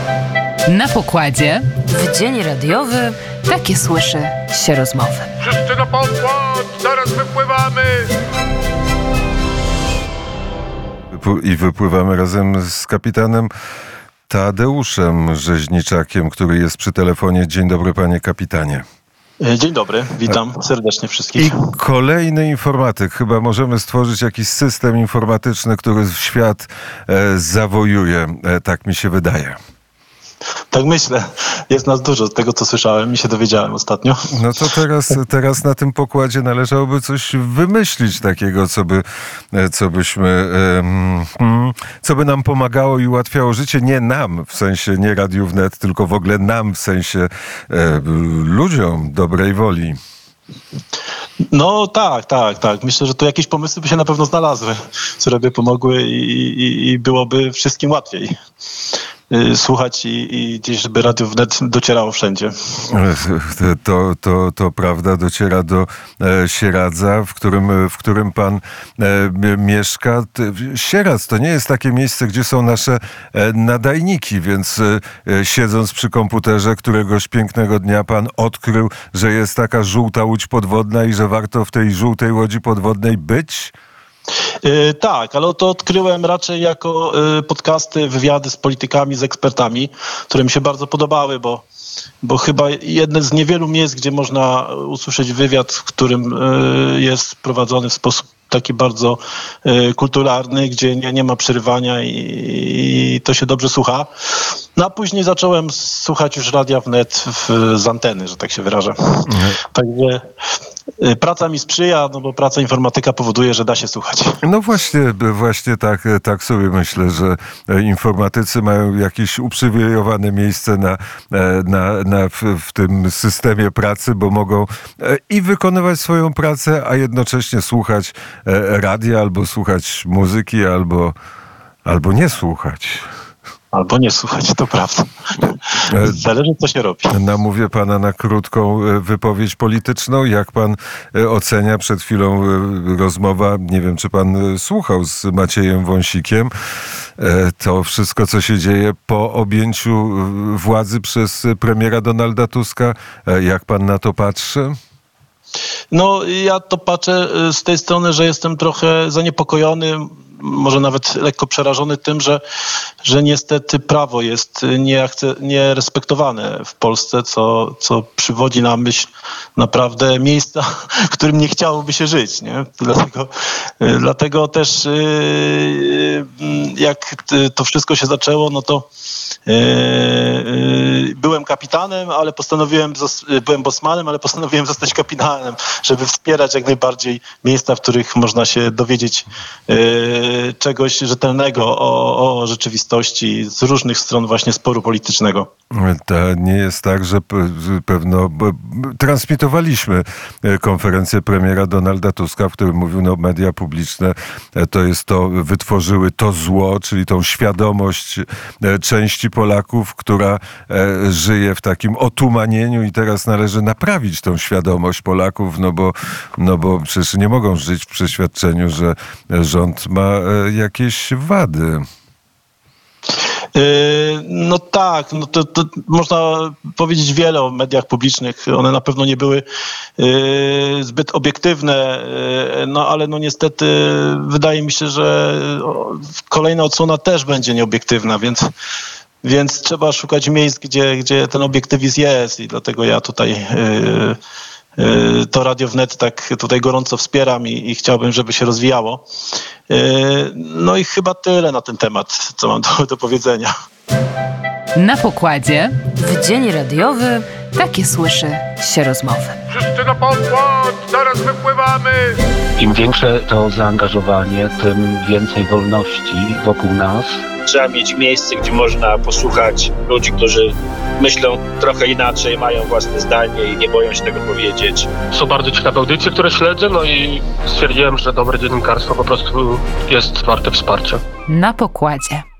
Na pokładzie W dzień radiowy takie słyszy się rozmowy. Wszyscy na pokład! Zaraz wypływamy! I wypływamy razem z kapitanem Tadeuszem Rzeźniczakiem, który jest przy telefonie. Dzień dobry, panie kapitanie. Dzień dobry, witam serdecznie wszystkich. I kolejny informatyk. Chyba możemy stworzyć jakiś system informatyczny, który świat zawojuje. Tak mi się wydaje. Tak myślę. Jest nas dużo z tego, co słyszałem i się dowiedziałem ostatnio. No to teraz na tym pokładzie należałoby coś wymyślić takiego, co by nam pomagało i ułatwiało życie. Nie nam, w sensie nie Radiu Wnet, tylko w ogóle nam, w sensie ludziom dobrej woli. No tak. Myślę, że tu jakieś pomysły by się na pewno znalazły, które by pomogły i byłoby wszystkim łatwiej słuchać i gdzieś, żeby Radio Wnet docierało wszędzie. To prawda, dociera do Sieradza, w którym pan mieszka. Sieradz to nie jest takie miejsce, gdzie są nasze nadajniki, więc siedząc przy komputerze któregoś pięknego dnia pan odkrył, że jest taka żółta łódź podwodna i że warto w tej żółtej łodzi podwodnej być? Tak, ale to odkryłem raczej jako podcasty, wywiady z politykami, z ekspertami, które mi się bardzo podobały, bo chyba jedne z niewielu miejsc, gdzie można usłyszeć wywiad, w którym jest prowadzony w sposób taki bardzo kulturalny, gdzie nie ma przerywania i to się dobrze słucha. No a później zacząłem słuchać już Radia Wnet z anteny, że tak się wyrażę. Także praca mi sprzyja, no bo praca informatyka powoduje, że da się słuchać. No właśnie tak sobie myślę, że informatycy mają jakieś uprzywilejowane miejsce w tym systemie pracy, bo mogą i wykonywać swoją pracę, a jednocześnie słuchać radia, albo słuchać muzyki, albo nie słuchać. Albo nie słuchać, to prawda. Zależy, co się robi. Namówię pana na krótką wypowiedź polityczną. Jak pan ocenia przed chwilą rozmowa, nie wiem, czy pan słuchał z Maciejem Wąsikiem, to wszystko, co się dzieje po objęciu władzy przez premiera Donalda Tuska. Jak pan na to patrzy? No, ja to patrzę z tej strony, że jestem trochę zaniepokojony, może nawet lekko przerażony tym, że niestety prawo jest nierespektowane w Polsce, co przywodzi na myśl naprawdę miejsca, w którym nie chciałoby się żyć. Nie? Dlatego też jak to wszystko się zaczęło, no to byłem kapitanem, ale byłem bosmanem, ale postanowiłem zostać kapitanem, żeby wspierać jak najbardziej miejsca, w których można się dowiedzieć czegoś rzetelnego o rzeczywistości z różnych stron właśnie sporu politycznego. To nie jest tak, że pewno transmitowaliśmy konferencję premiera Donalda Tuska, w którym mówił, no media publiczne wytworzyły to zło, czyli tą świadomość części Polaków, która żyje w takim otumanieniu i teraz należy naprawić tą świadomość Polaków, no bo przecież nie mogą żyć w przeświadczeniu, że rząd ma jakieś wady. No tak, no to można powiedzieć wiele o mediach publicznych. One na pewno nie były zbyt obiektywne, no ale no niestety wydaje mi się, że kolejna odsłona też będzie nieobiektywna, więc trzeba szukać miejsc, gdzie ten obiektywizm jest i dlatego ja tutaj to Radio Wnet tak tutaj gorąco wspieram i chciałbym, żeby się rozwijało. No i chyba tyle na ten temat, co mam do powiedzenia. na pokładzie W dzień radiowy takie słyszy się rozmowy. Wszyscy na pokład! Zaraz wypływamy! Im większe to zaangażowanie, tym więcej wolności wokół nas. Trzeba mieć miejsce, gdzie można posłuchać ludzi, którzy myślą trochę inaczej, mają własne zdanie i nie boją się tego powiedzieć. Są bardzo ciekawe audycje, które śledzę, no i stwierdziłem, że dobre dziennikarstwo po prostu jest warte wsparcia. Na pokładzie.